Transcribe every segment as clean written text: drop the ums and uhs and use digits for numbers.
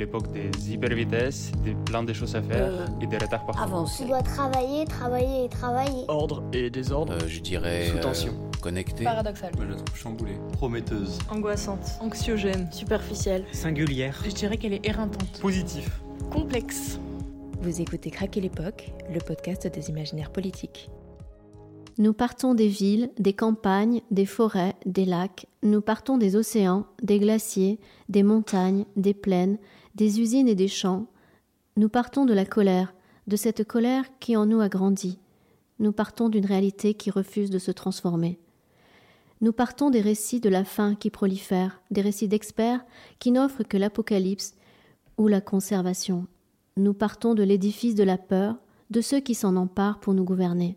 l'époque des hypervitesses, des plein de choses à faire et des retards partout. Avancer. Tu dois travailler, travailler et travailler. Ordre et désordre. Je dirais... Sous tension. Connecté. Paradoxal. Moi, je la trouve chamboulée. Prometteuse. Angoissante. Anxiogène. Superficielle. Singulière. Je dirais qu'elle est éreintante. Positif. Complexe. Vous écoutez Craquer l'époque, le podcast des imaginaires politiques. Nous partons des villes, des campagnes, des forêts, des lacs. Nous partons des océans, des glaciers, des montagnes, des plaines, des usines et des champs. Nous partons de la colère, de cette colère qui en nous a grandi. Nous partons d'une réalité qui refuse de se transformer. Nous partons des récits de la faim qui prolifère, des récits d'experts qui n'offrent que l'apocalypse ou la conservation. Nous partons de l'édifice de la peur, de ceux qui s'en emparent pour nous gouverner.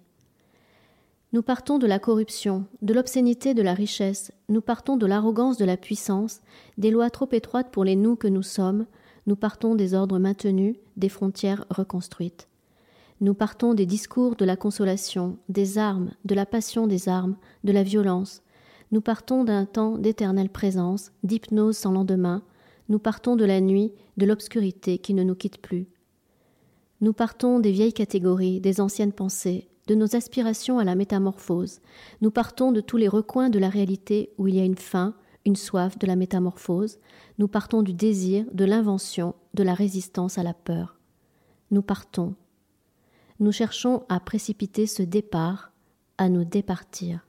Nous partons de la corruption, de l'obscénité de la richesse, nous partons de l'arrogance de la puissance, des lois trop étroites pour les nous que nous sommes, nous partons des ordres maintenus, des frontières reconstruites. Nous partons des discours de la consolation, des armes, de la passion des armes, de la violence. Nous partons d'un temps d'éternelle présence, d'hypnose sans lendemain. Nous partons de la nuit, de l'obscurité qui ne nous quitte plus. Nous partons des vieilles catégories, des anciennes pensées, de nos aspirations à la métamorphose. Nous partons de tous les recoins de la réalité où il y a une faim, une soif de la métamorphose. Nous partons du désir, de l'invention, de la résistance à la peur. Nous partons. Nous cherchons à précipiter ce départ, à nous départir.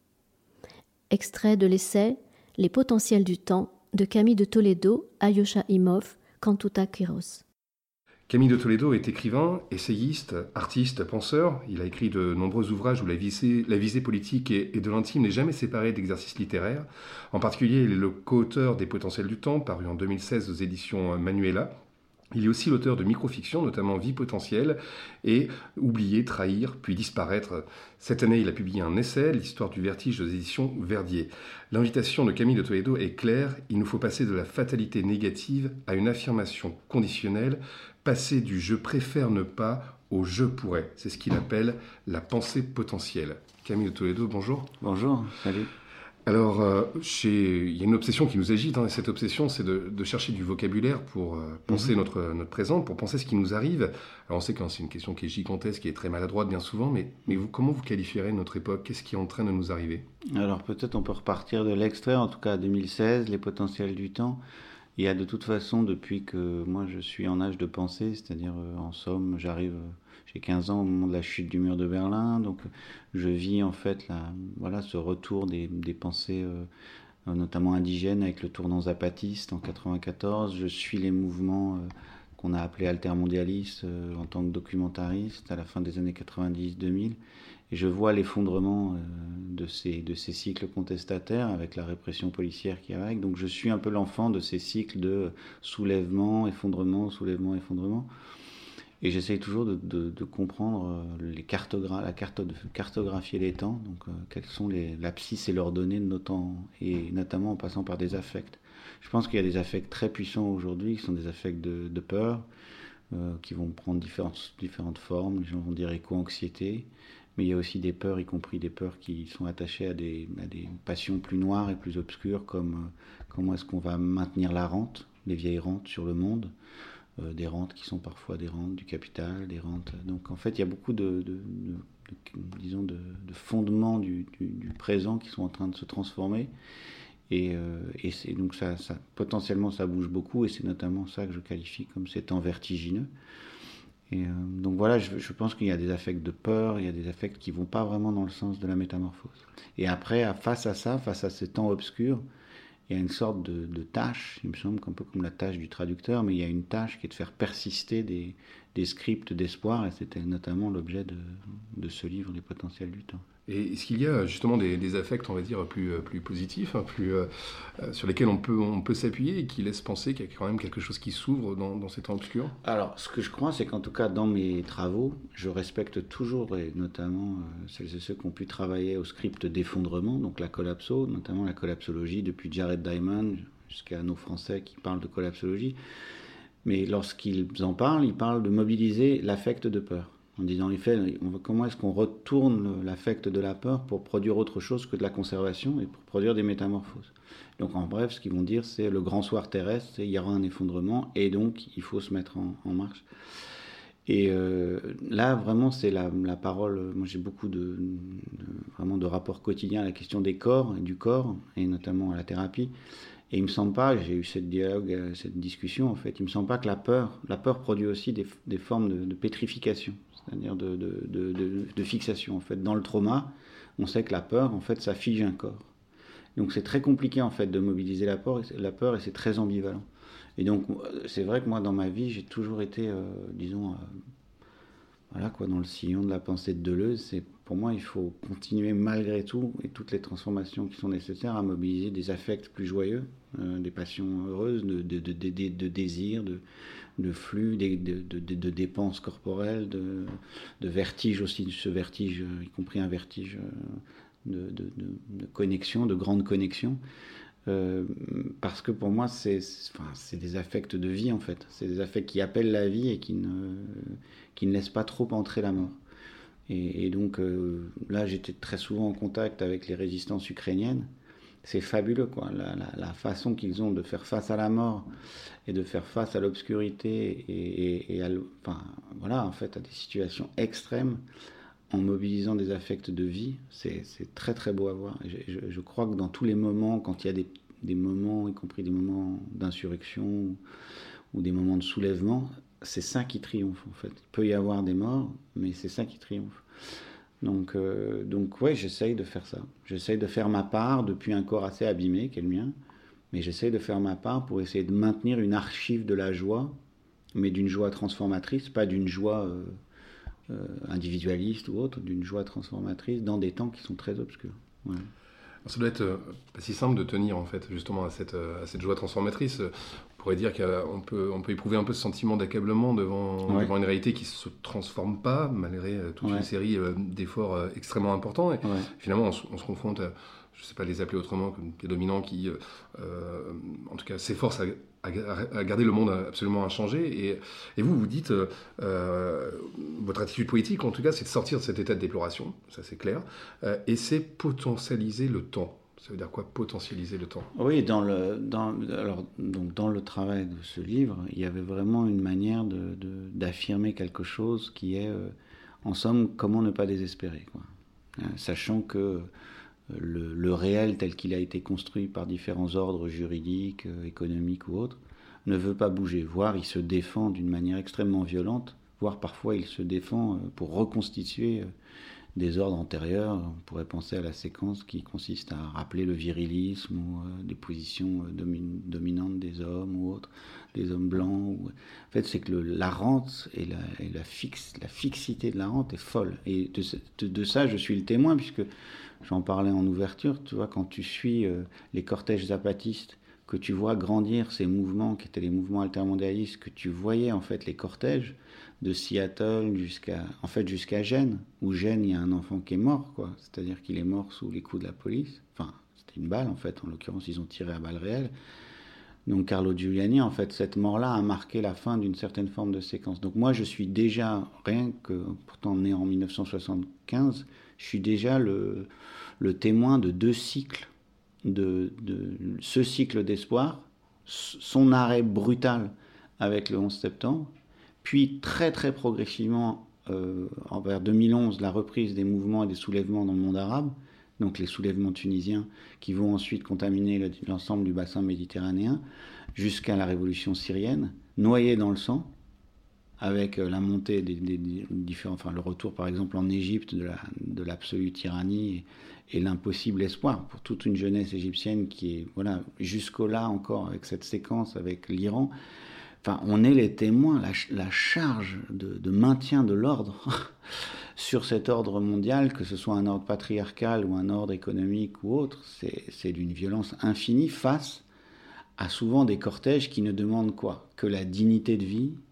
Extrait de l'essai « Les potentiels du temps » de Camille de Toledo, Alyosha Imhoff, Cantuta Quiros. Camille de Toledo est écrivain, essayiste, artiste, penseur. Il a écrit de nombreux ouvrages où la visée politique et de l'intime n'est jamais séparée d'exercices littéraires. En particulier, il est le co-auteur des Potentiels du temps, paru en 2016 aux éditions Manuela. Il est aussi l'auteur de microfiction, notamment Vie potentielle et Oublier, trahir, puis disparaître. Cette année, il a publié un essai, L'histoire du vertige aux éditions Verdier. L'invitation de Camille de Toledo est claire, il nous faut passer de la fatalité négative à une affirmation conditionnelle, passer du « je préfère ne pas » au « je pourrais ». C'est ce qu'il appelle la pensée potentielle. Camille de Toledo, bonjour. Bonjour, salut. Alors, il y a une obsession qui nous agite, et cette obsession, c'est de chercher du vocabulaire pour penser notre présent, pour penser ce qui nous arrive. Alors, on sait que c'est une question qui est gigantesque, qui est très maladroite bien souvent, mais vous, comment vous qualifierez notre époque ? Qu'est-ce qui est en train de nous arriver ? Alors, peut-être on peut repartir de l'extrait, en tout cas 2016, Les potentiels du temps. Il y a de toute façon, depuis que moi je suis en âge de penser, c'est-à-dire en somme, j'ai 15 ans au moment de la chute du mur de Berlin, donc je vis en fait ce retour des pensées, notamment indigènes, avec le tournant zapatiste en 94. Je suis les mouvements qu'on a appelés altermondialistes en tant que documentariste à la fin des années 90-2000. Et je vois l'effondrement de ces cycles contestataires avec la répression policière qui est avec. Donc je suis un peu l'enfant de ces cycles de soulèvement, effondrement, soulèvement, effondrement. Et j'essaye toujours de comprendre cartographier les temps, donc quelles sont l'abscisse et leurs données de nos temps, et notamment en passant par des affects. Je pense qu'il y a des affects très puissants aujourd'hui, qui sont des affects de peur, qui vont prendre différentes formes. Les gens vont dire éco-anxiété, mais il y a aussi des peurs, y compris des peurs qui sont attachées à des passions plus noires et plus obscures, comme comment est-ce qu'on va maintenir la rente, les vieilles rentes sur le monde, des rentes qui sont parfois des rentes du capital, des rentes. Donc en fait, il y a beaucoup de fondements du présent qui sont en train de se transformer. Et donc ça, potentiellement, ça bouge beaucoup, et c'est notamment ça que je qualifie comme ces temps vertigineux. Et donc voilà, je pense qu'il y a des affects de peur, il y a des affects qui vont pas vraiment dans le sens de la métamorphose. Et après, face à ces temps obscurs, il y a une sorte de tâche, il me semble un peu comme la tâche du traducteur, mais il y a une tâche qui est de faire persister des scripts d'espoir, et c'était notamment l'objet de ce livre, Les potentiels du temps. Et est-ce qu'il y a justement des affects, on va dire, plus positifs, sur lesquels on peut s'appuyer et qui laissent penser qu'il y a quand même quelque chose qui s'ouvre dans ces temps obscurs ? Alors, ce que je crois, c'est qu'en tout cas, dans mes travaux, je respecte toujours, et notamment celles et ceux qui ont pu travailler au script d'effondrement, donc la collapso, notamment la collapsologie, depuis Jared Diamond jusqu'à nos Français qui parlent de collapsologie. Mais lorsqu'ils en parlent, ils parlent de mobiliser l'affect de peur. en disant les faits, comment est-ce qu'on retourne l'affect de la peur pour produire autre chose que de la conservation et pour produire des métamorphoses. Donc en bref, ce qu'ils vont dire, c'est le grand soir terrestre, il y aura un effondrement et donc il faut se mettre en marche. Et là, vraiment, c'est la parole. Moi, j'ai beaucoup vraiment de rapports quotidiens à la question des corps et du corps, et notamment à la thérapie. Et il me semble pas, j'ai eu cette discussion, en fait, il me semble pas que la peur produit aussi des formes de pétrification, c'est-à-dire de fixation. En fait, dans le trauma, on sait que la peur, en fait, ça fige un corps. Donc, c'est très compliqué, en fait, de mobiliser la peur, et c'est très ambivalent. Et donc, c'est vrai que moi, dans ma vie, j'ai toujours été, voilà quoi, dans le sillon de la pensée de Deleuze. Pour moi, il faut continuer malgré tout, et toutes les transformations qui sont nécessaires, à mobiliser des affects plus joyeux, des passions heureuses, de désirs, de flux, de dépenses corporelles, de vertige aussi, ce vertige, y compris un vertige de connexion, de grande connexion. Parce que pour moi, c'est des affects de vie, en fait. C'est des affects qui appellent la vie et qui ne laissent pas trop entrer la mort. Et donc, là, j'étais très souvent en contact avec les résistances ukrainiennes. C'est fabuleux, quoi. La façon qu'ils ont de faire face à la mort et de faire face à l'obscurité et voilà, en fait, à des situations extrêmes, en mobilisant des affects de vie, c'est très très beau à voir. Je crois que dans tous les moments, quand il y a des moments, y compris des moments d'insurrection ou des moments de soulèvement, c'est ça qui triomphe, en fait. Il peut y avoir des morts, mais c'est ça qui triomphe. Donc ouais, j'essaye de faire ça. J'essaye de faire ma part depuis un corps assez abîmé, qui est le mien, mais j'essaye de faire ma part pour essayer de maintenir une archive de la joie, mais d'une joie transformatrice, pas d'une joie individualiste ou autre, d'une joie transformatrice dans des temps qui sont très obscurs. Ouais. Ça doit être pas si simple de tenir en fait justement à cette joie transformatrice. On pourrait dire qu'on peut éprouver un peu ce sentiment d'accablement devant une réalité qui ne se transforme pas malgré toute une série d'efforts extrêmement importants. Et finalement, on se confronte à, je ne sais pas les appeler autrement, que des dominants qui, en tout cas, s'efforcent à garder le monde absolument inchangé. Et vous dites, votre attitude politique, en tout cas, c'est de sortir de cet état de déploration, ça c'est clair, et c'est potentialiser le temps. Ça veut dire quoi, potentialiser le temps ? Oui, dans le travail de ce livre, il y avait vraiment une manière d'affirmer quelque chose qui est, en somme, comment ne pas désespérer, quoi. Sachant que le réel tel qu'il a été construit par différents ordres juridiques, économiques ou autres, ne veut pas bouger, voire il se défend d'une manière extrêmement violente, voire parfois il se défend pour reconstituer des ordres antérieurs. On pourrait penser à la séquence qui consiste à rappeler le virilisme ou des positions dominantes des hommes ou autres, des hommes blancs. En fait, c'est que la rente et la fixité de la rente est folle. Et de ça, je suis le témoin, puisque j'en parlais en ouverture. Tu vois, quand tu suis les cortèges zapatistes, que tu vois grandir ces mouvements qui étaient les mouvements altermondialistes, que tu voyais en fait les cortèges de Seattle jusqu'à Gênes, où Gênes, il y a un enfant qui est mort, quoi. C'est-à-dire qu'il est mort sous les coups de la police. Enfin, c'était une balle, en fait. En l'occurrence, ils ont tiré à balles réelles. Donc, Carlo Giuliani, en fait, cette mort-là a marqué la fin d'une certaine forme de séquence. Donc, moi, je suis déjà, rien que, pourtant né en 1975, je suis déjà le témoin de 2 cycles, de ce cycle d'espoir, son arrêt brutal avec le 11 septembre, puis très très progressivement, vers 2011, la reprise des mouvements et des soulèvements dans le monde arabe, donc les soulèvements tunisiens qui vont ensuite contaminer l'ensemble du bassin méditerranéen, jusqu'à la révolution syrienne, noyée dans le sang, avec la montée des différents, enfin le retour par exemple en Égypte de l'absolue tyrannie et l'impossible espoir pour toute une jeunesse égyptienne qui est, voilà, jusqu'au-là encore avec cette séquence avec l'Iran. Enfin, on est les témoins, la charge de maintien de l'ordre sur cet ordre mondial, que ce soit un ordre patriarcal ou un ordre économique ou autre, c'est d'une violence infinie face à souvent des cortèges qui ne demandent quoi ? Que la dignité de vie,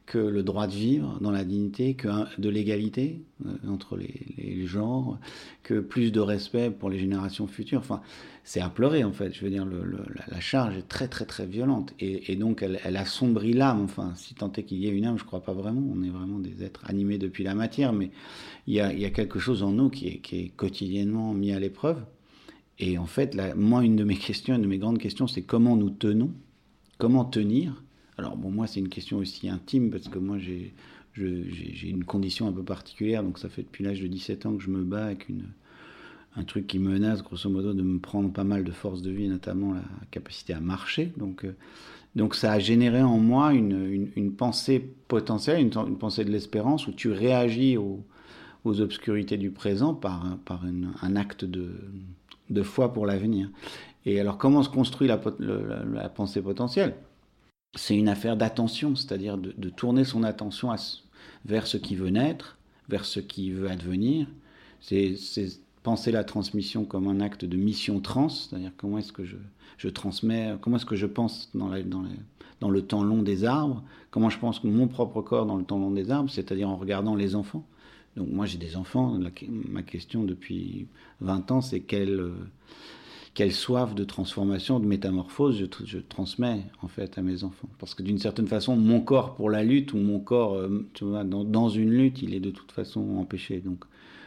que le droit de vivre dans la dignité, que de l'égalité entre les genres, que plus de respect pour les générations futures. Enfin, c'est à pleurer, en fait. Je veux dire, la charge est très, très, très violente. Et donc, elle assombrit l'âme. Enfin, si tant est qu'il y ait une âme, je ne crois pas vraiment. On est vraiment des êtres animés depuis la matière. Mais il y a quelque chose en nous qui est quotidiennement mis à l'épreuve. Et en fait, moi, une de mes questions, une de mes grandes questions, c'est comment nous tenons, comment tenir. Alors bon, moi c'est une question aussi intime parce que moi j'ai une condition un peu particulière, donc ça fait depuis l'âge de 17 ans que je me bats avec un truc qui menace grosso modo de me prendre pas mal de force de vie, notamment la capacité à marcher. Donc ça a généré en moi une pensée potentielle, une pensée de l'espérance où tu réagis aux obscurités du présent par un acte de foi pour l'avenir. Et alors comment se construit la pensée potentielle ? C'est une affaire d'attention, c'est-à-dire de tourner son attention vers ce qui veut naître, vers ce qui veut advenir. C'est penser la transmission comme un acte de mission trans, c'est-à-dire comment est-ce que je transmets, comment est-ce que je pense dans le temps long des arbres, comment je pense que mon propre corps dans le temps long des arbres, c'est-à-dire en regardant les enfants. Donc moi j'ai des enfants, ma question depuis 20 ans c'est quelle soif de transformation, de métamorphose je transmets en fait à mes enfants. Parce que d'une certaine façon, mon corps pour la lutte, ou mon corps tu vois, dans une lutte, il est de toute façon empêché. Donc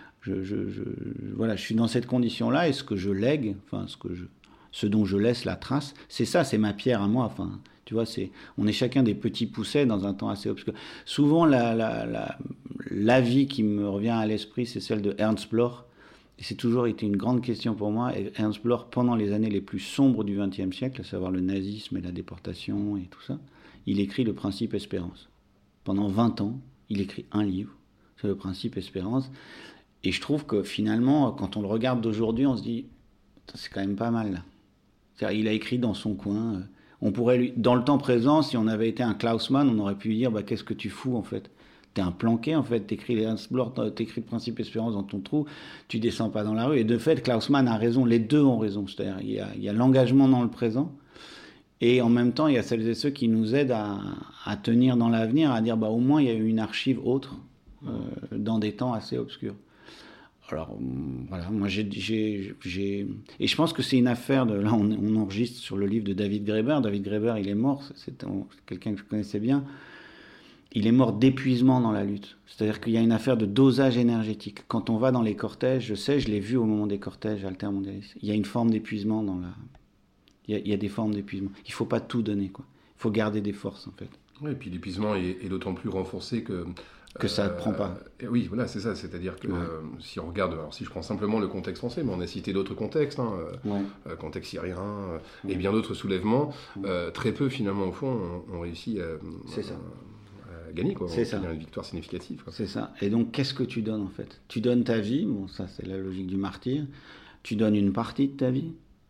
voilà, je suis dans cette condition-là, et ce que je lègue, enfin ce dont je laisse la trace, c'est ça, c'est ma pierre à moi. Enfin, tu vois, on est chacun des petits poussets dans un temps assez obscur. Souvent, la vie qui me revient à l'esprit, c'est celle de Ernst Bloch. Et c'est toujours été une grande question pour moi. Et Ernst Bloch, pendant les années les plus sombres du XXe siècle, à savoir le nazisme et la déportation et tout ça, il écrit le Principe Espérance. Pendant 20 ans, il écrit un livre, c'est le Principe Espérance. Et je trouve que finalement, quand on le regarde d'aujourd'hui, on se dit, c'est quand même pas mal là. C'est-à-dire, il a écrit dans son coin. On pourrait dans le temps présent, si on avait été un Klausmann, on aurait pu lui dire, qu'est-ce que tu fous en fait ? T'es un planqué en fait, t'écris les Ernst Bloch, t'écris le Principe Espérance dans ton trou, tu descends pas dans la rue. Et de fait, Klausmann a raison, les deux ont raison. C'est-à-dire, il y a l'engagement dans le présent, et en même temps, il y a celles et ceux qui nous aident à tenir dans l'avenir, à dire au moins il y a eu une archive autre dans des temps assez obscurs. Alors voilà, moi et je pense que c'est une affaire là on enregistre sur le livre de David Graeber. David Graeber, il est mort, c'est quelqu'un que je connaissais bien. Il est mort d'épuisement dans la lutte. C'est-à-dire qu'il y a une affaire de dosage énergétique. Quand on va dans les cortèges, je l'ai vu au moment des cortèges altermondialistes, il y a une forme d'épuisement il y a des formes d'épuisement. Il ne faut pas tout donner, quoi. Il faut garder des forces, en fait. Oui, et puis l'épuisement est d'autant plus renforcé que ça ne prend pas. Oui, voilà, c'est ça. C'est-à-dire que si on regarde, alors si je prends simplement le contexte français, mais on a cité d'autres contextes, contexte syrien et bien d'autres soulèvements, très peu finalement au fond ont réussi à gagner, quoi. C'est ça. Il y a une victoire significative, quoi. C'est ça. Et donc, qu'est-ce que tu donnes en fait ? Tu donnes ta vie, bon, ça c'est la logique du martyr. Tu donnes une partie de ta vie.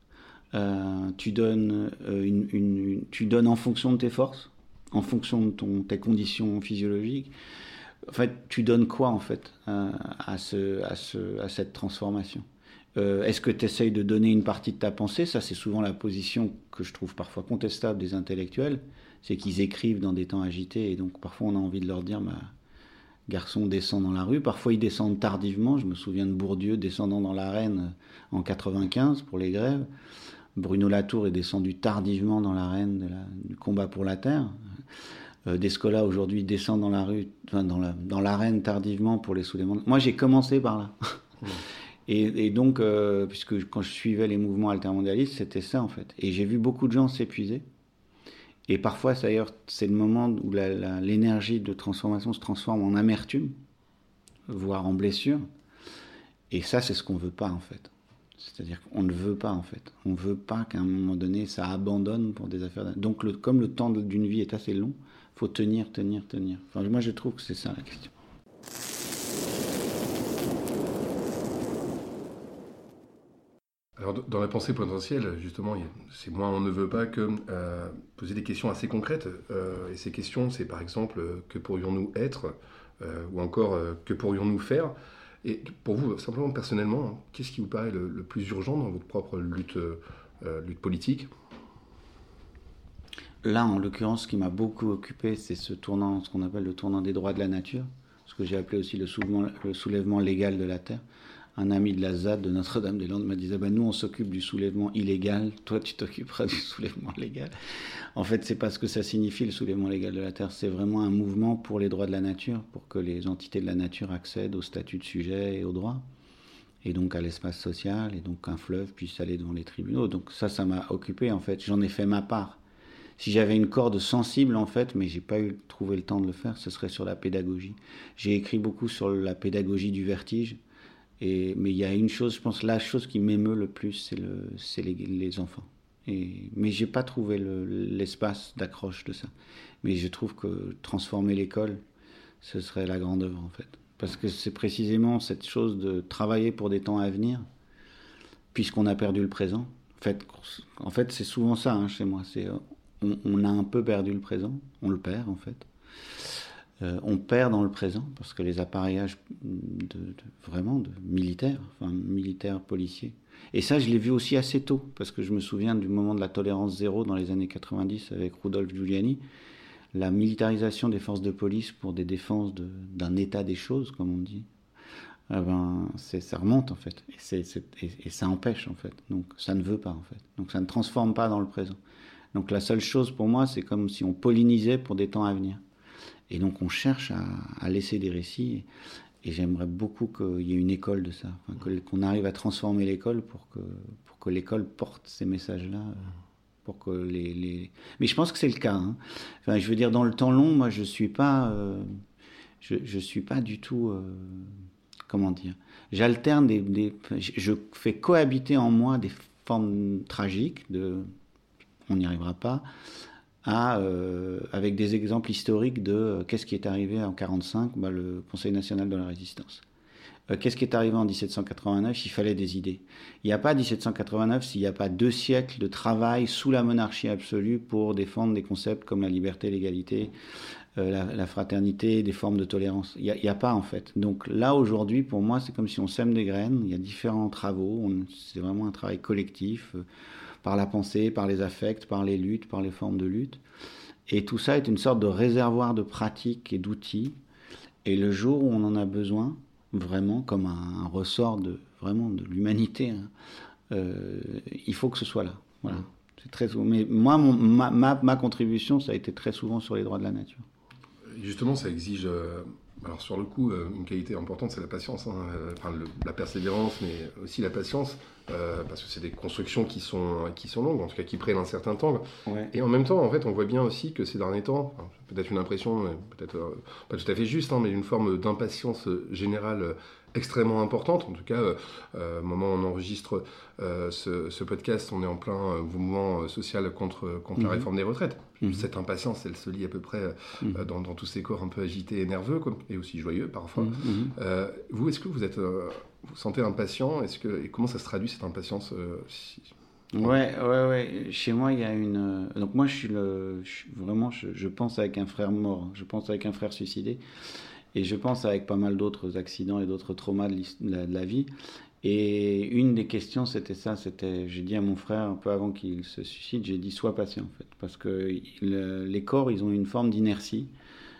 Tu donnes tu donnes en fonction de tes forces, en fonction de tes conditions physiologiques. En fait, tu donnes quoi en fait à cette transformation ? Est-ce que tu essayes de donner une partie de ta pensée ? Ça, c'est souvent la position que je trouve parfois contestable des intellectuels. C'est qu'ils écrivent dans des temps agités, et donc parfois on a envie de leur dire garçon, descend dans la rue. Parfois ils descendent tardivement. Je me souviens de Bourdieu descendant dans l'arène en 95 pour les grèves. Bruno Latour est descendu tardivement dans l'arène du combat pour la terre. Descola aujourd'hui descend dans la rue, dans l'arène tardivement pour les soulèvements. Moi j'ai commencé par là. Et donc, puisque quand je suivais les mouvements altermondialistes, c'était ça en fait. Et j'ai vu beaucoup de gens s'épuiser. Et parfois, d'ailleurs, c'est le moment où l'énergie de transformation se transforme en amertume, voire en blessure. Et ça, c'est ce qu'on ne veut pas, en fait. C'est-à-dire qu'on ne veut pas, en fait. On ne veut pas qu'à un moment donné, ça abandonne pour des affaires... Donc, comme le temps d'une vie est assez long, il faut tenir. Enfin, moi, je trouve que c'est ça, la question. Alors, dans la pensée potentielle, justement, c'est moins on ne veut pas que poser des questions assez concrètes. Et ces questions, c'est par exemple, que pourrions-nous être ou encore, que pourrions-nous faire ? Et pour vous, simplement personnellement, qu'est-ce qui vous paraît le plus urgent dans votre propre lutte politique ? là, en l'occurrence, ce qui m'a beaucoup occupé, c'est ce qu'on appelle le tournant des droits de la nature, ce que j'ai appelé aussi le soulèvement légal de la terre. Un ami de la ZAD de Notre-Dame-des-Landes m'a dit nous, on s'occupe du soulèvement illégal, toi, tu t'occuperas du soulèvement légal. En fait, c'est pas ce que ça signifie, le soulèvement légal de la terre. C'est vraiment un mouvement pour les droits de la nature, pour que les entités de la nature accèdent au statut de sujet et aux droits, et donc à l'espace social, et donc qu'un fleuve puisse aller devant les tribunaux. Donc ça m'a occupé, en fait. J'en ai fait ma part. Si j'avais une corde sensible, en fait, mais j'ai pas trouvé le temps de le faire, ce serait sur la pédagogie. J'ai écrit beaucoup sur la pédagogie du vertige. Mais il y a une chose, je pense, la chose qui m'émeut le plus, c'est les enfants. Mais j'ai pas trouvé l'espace d'accroche de ça. Mais je trouve que transformer l'école, ce serait la grande œuvre, en fait. Parce que c'est précisément cette chose de travailler pour des temps à venir, puisqu'on a perdu le présent. En fait, c'est souvent ça, chez moi. On a un peu perdu le présent, on le perd, en fait. On perd dans le présent parce que les appareillages vraiment de militaires policiers. Et ça, je l'ai vu aussi assez tôt, parce que je me souviens du moment de la tolérance zéro dans les années 90 avec Rudolph Giuliani, la militarisation des forces de police pour des défenses d'un état des choses, comme on dit. Ça remonte, en fait. Et ça empêche, en fait. Donc ça ne veut pas, en fait. Donc ça ne transforme pas dans le présent. Donc la seule chose pour moi, c'est comme si on pollinisait pour des temps à venir. Et donc on cherche à laisser des récits, et j'aimerais beaucoup qu'il y ait une école de ça, qu'on arrive à transformer l'école pour que l'école porte ces messages-là, pour que Mais je pense que c'est le cas. Je veux dire, dans le temps long, moi je suis pas du tout, comment dire, j'alterne je fais cohabiter en moi des formes tragiques on n'y arrivera pas, avec des exemples historiques de qu'est-ce qui est arrivé en 1945, le Conseil national de la résistance. Qu'est-ce qui est arrivé en 1789 ? Il fallait des idées. Il n'y a pas 1789 s'il n'y a pas 2 siècles de travail sous la monarchie absolue pour défendre des concepts comme la liberté, l'égalité, la fraternité, des formes de tolérance. Il n'y a pas, en fait. Donc là, aujourd'hui, pour moi, c'est comme si on sème des graines. Il y a différents travaux. C'est vraiment un travail collectif, par la pensée, par les affects, par les luttes, par les formes de lutte. Et tout ça est une sorte de réservoir de pratiques et d'outils. Et le jour où on en a besoin, vraiment, comme un ressort de l'humanité, il faut que ce soit là. Voilà. C'est très souvent. Mais moi, ma contribution, ça a été très souvent sur les droits de la nature. Justement, ça exige... Alors sur le coup, une qualité importante, c'est la patience, la persévérance, mais aussi la patience, parce que c'est des constructions qui sont longues, en tout cas qui prennent un certain temps. Ouais. Et en même temps, en fait, on voit bien aussi que ces derniers temps, peut-être une impression, peut-être pas tout à fait juste, mais une forme d'impatience générale extrêmement importante. En tout cas, au moment où on enregistre ce podcast, on est en plein mouvement social contre la réforme des retraites. Cette impatience, elle se lit à peu près dans tous ces corps un peu agités et nerveux, et aussi joyeux parfois. Vous, est-ce que vous sentez impatient ? Et comment ça se traduit, cette impatience Ouais. Chez moi, il y a une... Donc moi, je pense avec un frère mort, je pense avec un frère suicidé, et je pense avec pas mal d'autres accidents et d'autres traumas de la vie. Et une des questions, j'ai dit à mon frère, un peu avant qu'il se suicide, j'ai dit, sois patient, en fait, parce que les corps, ils ont une forme d'inertie,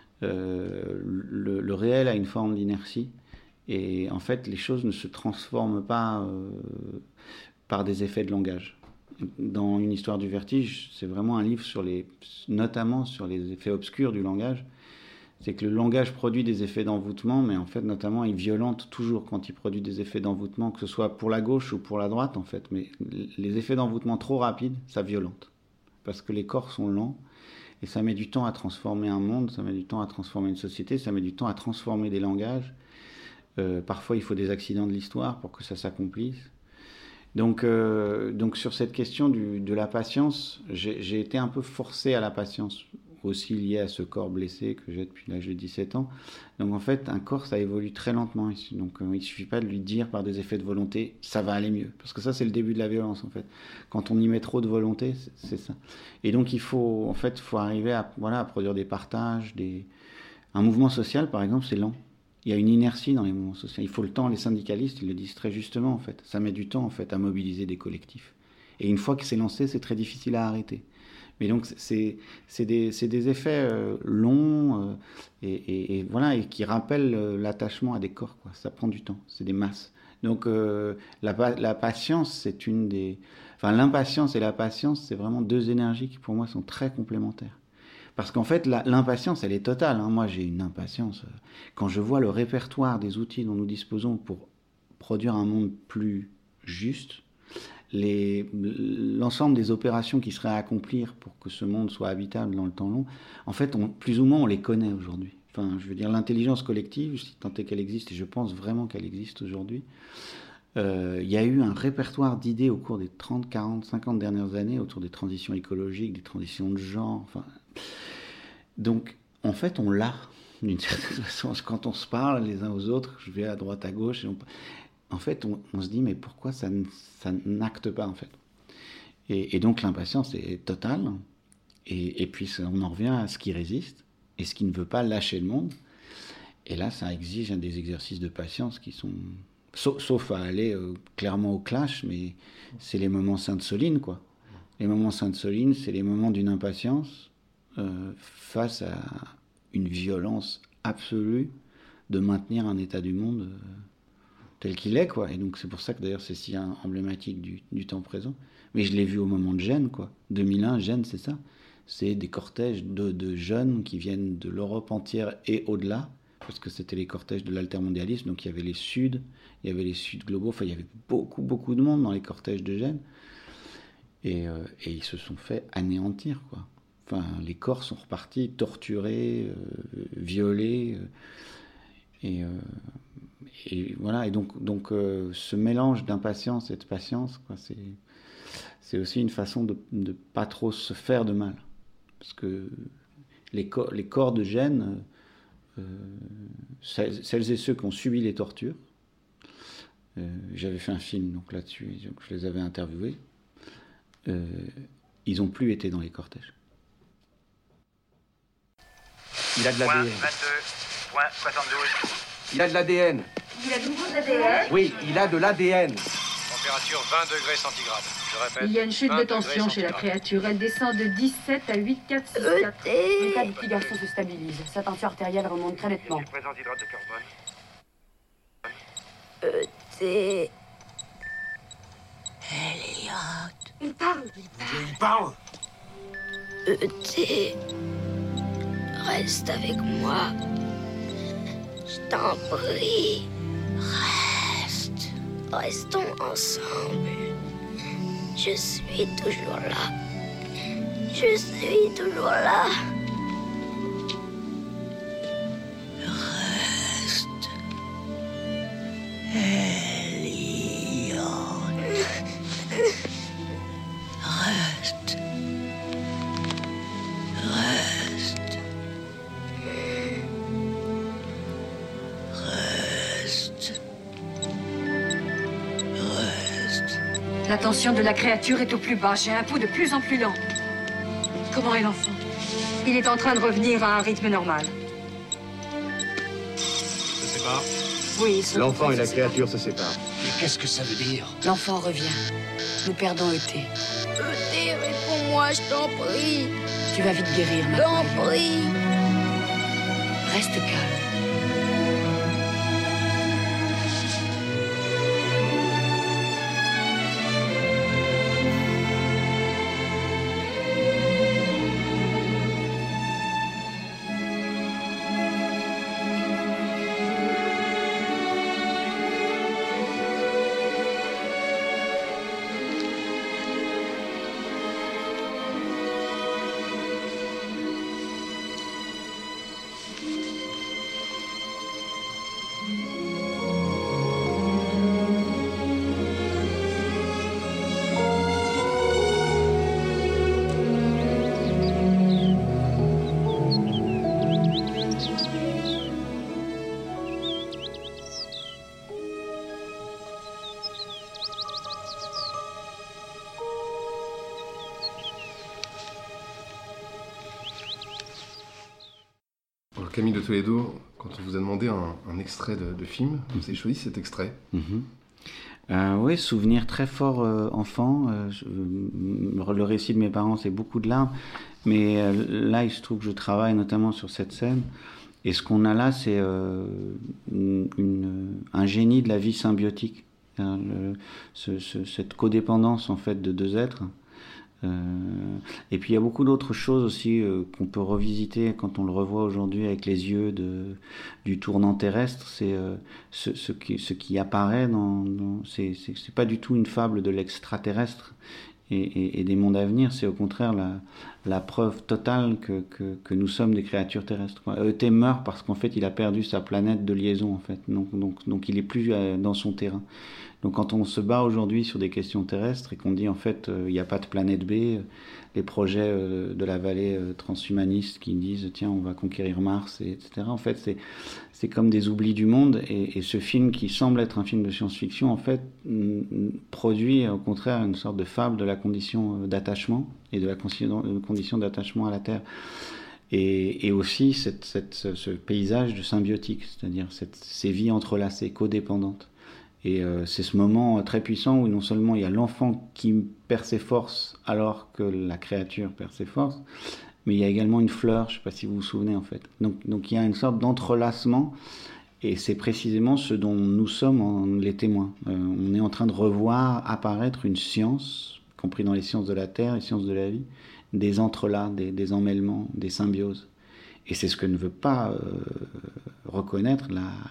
le réel a une forme d'inertie, et en fait, les choses ne se transforment pas par des effets de langage. Dans Une histoire du vertige, c'est vraiment un livre notamment sur les effets obscurs du langage. C'est que le langage produit des effets d'envoûtement, mais en fait, notamment, il violente toujours quand il produit des effets d'envoûtement, que ce soit pour la gauche ou pour la droite, en fait. Mais les effets d'envoûtement trop rapides, ça violente. Parce que les corps sont lents, et ça met du temps à transformer un monde, ça met du temps à transformer une société, ça met du temps à transformer des langages. Parfois, il faut des accidents de l'histoire pour que ça s'accomplisse. Donc sur cette question de la patience, j'ai été un peu forcé à la patience, aussi lié à ce corps blessé que j'ai depuis l'âge de 17 ans. Donc en fait, un corps, ça évolue très lentement. Donc il ne suffit pas de lui dire par des effets de volonté, ça va aller mieux. Parce que ça, c'est le début de la violence, en fait. Quand on y met trop de volonté, c'est ça. Et donc il faut arriver à produire des partages. Un mouvement social, par exemple, c'est lent. Il y a une inertie dans les mouvements sociaux. Il faut le temps, les syndicalistes, ils le disent très justement, en fait. Ça met du temps, en fait, à mobiliser des collectifs. Et une fois que c'est lancé, c'est très difficile à arrêter. Mais donc, c'est des effets longs et voilà, et qui rappellent l'attachement à des corps, quoi. Ça prend du temps, c'est des masses. Donc, la patience, c'est une des... Enfin, l'impatience et la patience, c'est vraiment deux énergies qui, pour moi, sont très complémentaires. Parce qu'en fait, l'impatience, elle est totale. Hein. Moi, j'ai une impatience. Quand je vois le répertoire des outils dont nous disposons pour produire un monde plus juste, l'ensemble des opérations qui seraient à accomplir pour que ce monde soit habitable dans le temps long, en fait, plus ou moins, on les connaît aujourd'hui. Enfin, je veux dire, l'intelligence collective, si tant est qu'elle existe, et je pense vraiment qu'elle existe aujourd'hui, il y a eu un répertoire d'idées au cours des 30, 40, 50 dernières années autour des transitions écologiques, des transitions de genre. Enfin, donc, en fait, on l'a, d'une certaine façon. Quand on se parle les uns aux autres, je vais à droite, à gauche, et en fait, on se dit, mais pourquoi ça n'acte pas, en fait? Et donc, l'impatience est totale. Et puis, on en revient à ce qui résiste et ce qui ne veut pas lâcher le monde. Et là, ça exige des exercices de patience qui sont... Sauf à aller clairement au clash, mais c'est les moments Sainte-Soline, quoi. Les moments Sainte-Soline, c'est les moments d'une impatience face à une violence absolue de maintenir un état du monde tel qu'il est, quoi. Et donc c'est pour ça que d'ailleurs c'est si emblématique du temps présent. Mais je l'ai vu au moment de Gênes, quoi. 2001, Gênes, c'est ça. C'est des cortèges de jeunes qui viennent de l'Europe entière et au-delà, parce que c'était les cortèges de l'altermondialisme, donc il y avait les Suds, il y avait les Suds globaux, enfin il y avait beaucoup, beaucoup de monde dans les cortèges de Gênes. Et ils se sont fait anéantir, quoi. Enfin, les corps sont repartis torturés, violés, et voilà. Et donc ce mélange d'impatience et de patience, quoi, c'est aussi une façon de pas trop se faire de mal, parce que les corps de Gênes, celles et ceux qui ont subi les tortures, j'avais fait un film donc là-dessus, donc je les avais interviewés, ils n'ont plus été dans les cortèges. Il a de l'ADN. Point 72. Il a de l'ADN. Il a de nouveau de l'ADN? Oui, il a de l'ADN. Température 20 degrés centigrades. Je répète. Il y a une chute de tension chez la créature. Elle descend de 17 à 8, 4, 6, 4. L'état du petit garçon se stabilise. Sa tension artérielle remonte très nettement. Présent d'hydrate de carbone. E.T. Elliot. Il parle. Il parle. E.T. Reste avec moi. Je t'en prie. Reste. Restons ensemble. Je suis toujours là. Je suis toujours là. Reste. Elliot. Reste. Reste. Reste. Reste. La tension de la créature est au plus bas. J'ai un pouls de plus en plus lent. Comment est l'enfant? Il est en train de revenir à un rythme normal. Se sépare. Oui, L'enfant et la créature se séparent. Mais qu'est-ce que ça veut dire? L'enfant revient. Nous perdons E.T. E.T, réponds-moi, je t'en prie. Tu vas vite guérir, ma t'en prie. Reste calme. Camille de Toledo, quand on vous a demandé un extrait de film, vous avez choisi cet extrait. Oui, souvenir très fort enfant. Le récit de mes parents, c'est beaucoup de larmes. Mais là, il se trouve que je travaille notamment sur cette scène. Et ce qu'on a là, c'est un génie de la vie symbiotique. Cette codépendance, en fait, de deux êtres. Et puis il y a beaucoup d'autres choses aussi qu'on peut revisiter quand on le revoit aujourd'hui avec les yeux du tournant terrestre. C'est ce qui apparaît c'est pas du tout une fable de l'extraterrestre et des mondes à venir. C'est au contraire la preuve totale que nous sommes des créatures terrestres. E.T. meurt parce qu'en fait il a perdu sa planète de liaison en fait. Donc il est plus dans son terrain. Donc quand on se bat aujourd'hui sur des questions terrestres et qu'on dit en fait il n'y a pas de planète B, les projets de la vallée transhumaniste qui disent tiens on va conquérir Mars, etc. En fait c'est comme des oublis du monde et ce film qui semble être un film de science-fiction en fait produit au contraire une sorte de fable de la condition d'attachement et de la condition d'attachement à la Terre. Et aussi ce paysage de symbiotique, c'est-à-dire ces vies entrelacées, codépendantes. Et c'est ce moment très puissant où non seulement il y a l'enfant qui perd ses forces alors que la créature perd ses forces, mais il y a également une fleur, je ne sais pas si vous vous souvenez en fait. Donc il y a une sorte d'entrelacement et c'est précisément ce dont nous sommes les témoins. On est en train de revoir apparaître une science, compris dans les sciences de la Terre, les sciences de la vie, des entrelacs, des emmêlements, des symbioses. Et c'est ce que ne veut pas reconnaître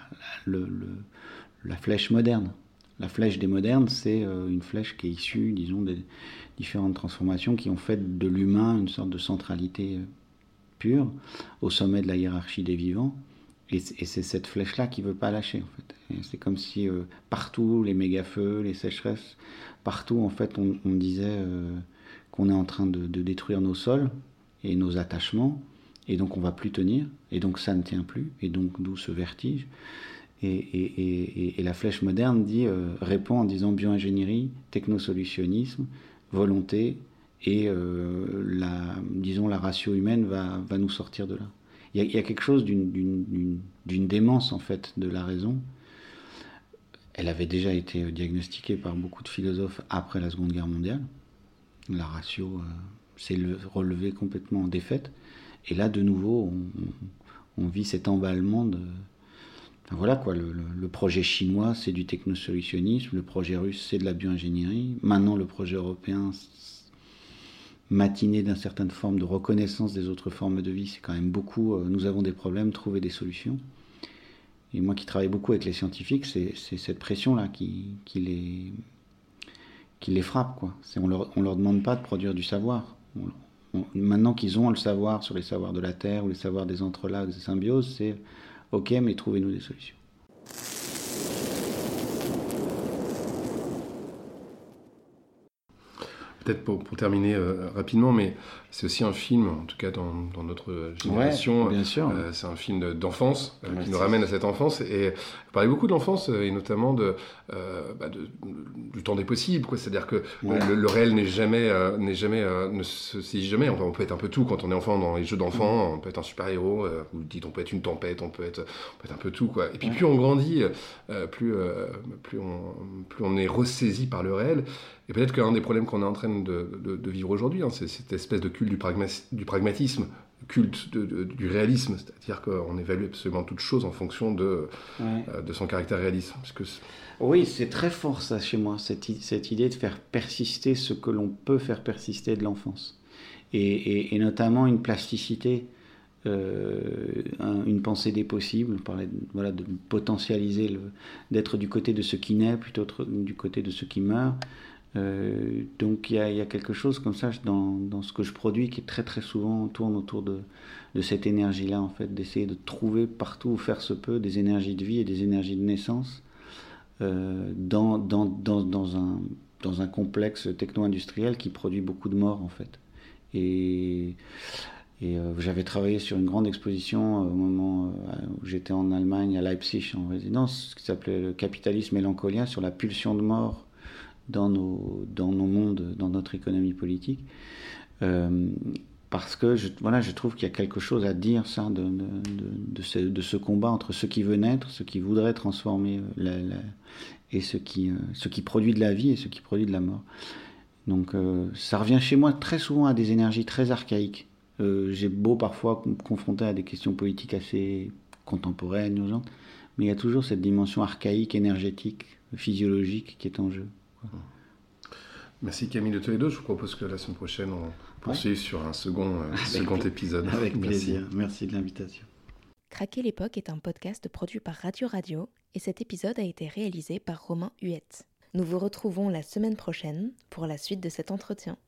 la flèche moderne. La flèche des modernes, c'est une flèche qui est issue, disons, des différentes transformations qui ont fait de l'humain une sorte de centralité pure au sommet de la hiérarchie des vivants. Et c'est cette flèche-là qui ne veut pas lâcher, en fait. Et c'est comme si partout, les méga-feux, les sécheresses, partout, en fait, on disait qu'on est en train de détruire nos sols et nos attachements, et donc on ne va plus tenir, et donc ça ne tient plus, et donc d'où ce vertige. Et la flèche moderne répond en disant bioingénierie, technosolutionnisme, volonté, et la ratio humaine va nous sortir de là. Il y a quelque chose d'une démence en fait de la raison. Elle avait déjà été diagnostiquée par beaucoup de philosophes après la Seconde Guerre mondiale. La ratio s'est relevée complètement en défaite. Et là, de nouveau, on vit cet emballement de... Enfin, voilà quoi, le projet chinois, c'est du technosolutionnisme, le projet russe, c'est de la bioingénierie. Maintenant, le projet européen, matiné d'une certaine forme de reconnaissance des autres formes de vie, c'est quand même beaucoup, nous avons des problèmes, trouver des solutions. Et moi qui travaille beaucoup avec les scientifiques, c'est cette pression-là qui les frappe, quoi. On leur demande pas de produire du savoir. Maintenant qu'ils ont le savoir sur les savoirs de la Terre ou les savoirs des entrelacs, des symbioses, c'est ok, mais trouvez-nous des solutions. Peut-être pour terminer rapidement, mais c'est aussi un film, en tout cas dans notre génération, ouais, bien sûr. C'est un film d'enfance qui nous ramène à cette enfance. Et vous parlez beaucoup de l'enfance et notamment du temps des possibles, quoi. C'est-à-dire que le réel ne se saisit jamais. Enfin, on peut être un peu tout quand on est enfant dans les jeux d'enfants. On peut être un super-héros, vous dites, on peut être une tempête, on peut être un peu tout, quoi. Et puis plus on grandit, plus on est ressaisi par le réel. Et peut-être qu'un des problèmes qu'on est en train de vivre aujourd'hui, c'est cette espèce de culte du pragmatisme, culte du réalisme, c'est-à-dire qu'on évalue absolument toute chose en fonction de son caractère réaliste. Oui, c'est très fort ça chez moi, cette idée de faire persister ce que l'on peut faire persister de l'enfance. Et notamment une plasticité, une pensée des possibles, de potentialiser, d'être du côté de ce qui naît plutôt que du côté de ce qui meurt. Donc il y a quelque chose comme ça dans ce que je produis qui très très souvent tourne autour de cette énergie-là, en fait, d'essayer de trouver partout où faire se peut des énergies de vie et des énergies de naissance dans un complexe techno-industriel qui produit beaucoup de morts, en fait. Et j'avais travaillé sur une grande exposition au moment où j'étais en Allemagne, à Leipzig, en résidence, qui s'appelait Le capitalisme mélancolien, sur la pulsion de mort dans nos mondes, dans notre économie politique. parce que je trouve qu'il y a quelque chose à dire ça, de ce combat entre ce qui veut naître, ce qui voudrait transformer et ce qui produit de la vie et ce qui produit de la mort. Donc ça revient chez moi très souvent à des énergies très archaïques. J'ai beau parfois me confronter à des questions politiques assez contemporaines, urgentes, mais il y a toujours cette dimension archaïque, énergétique, physiologique qui est en jeu. Merci Camille de Toledo. Je vous propose que la semaine prochaine, on poursuive sur un second épisode. Avec plaisir. Merci de l'invitation. Craquer l'époque est un podcast produit par Radio Radio et cet épisode a été réalisé par Romain Huette. Nous vous retrouvons la semaine prochaine pour la suite de cet entretien.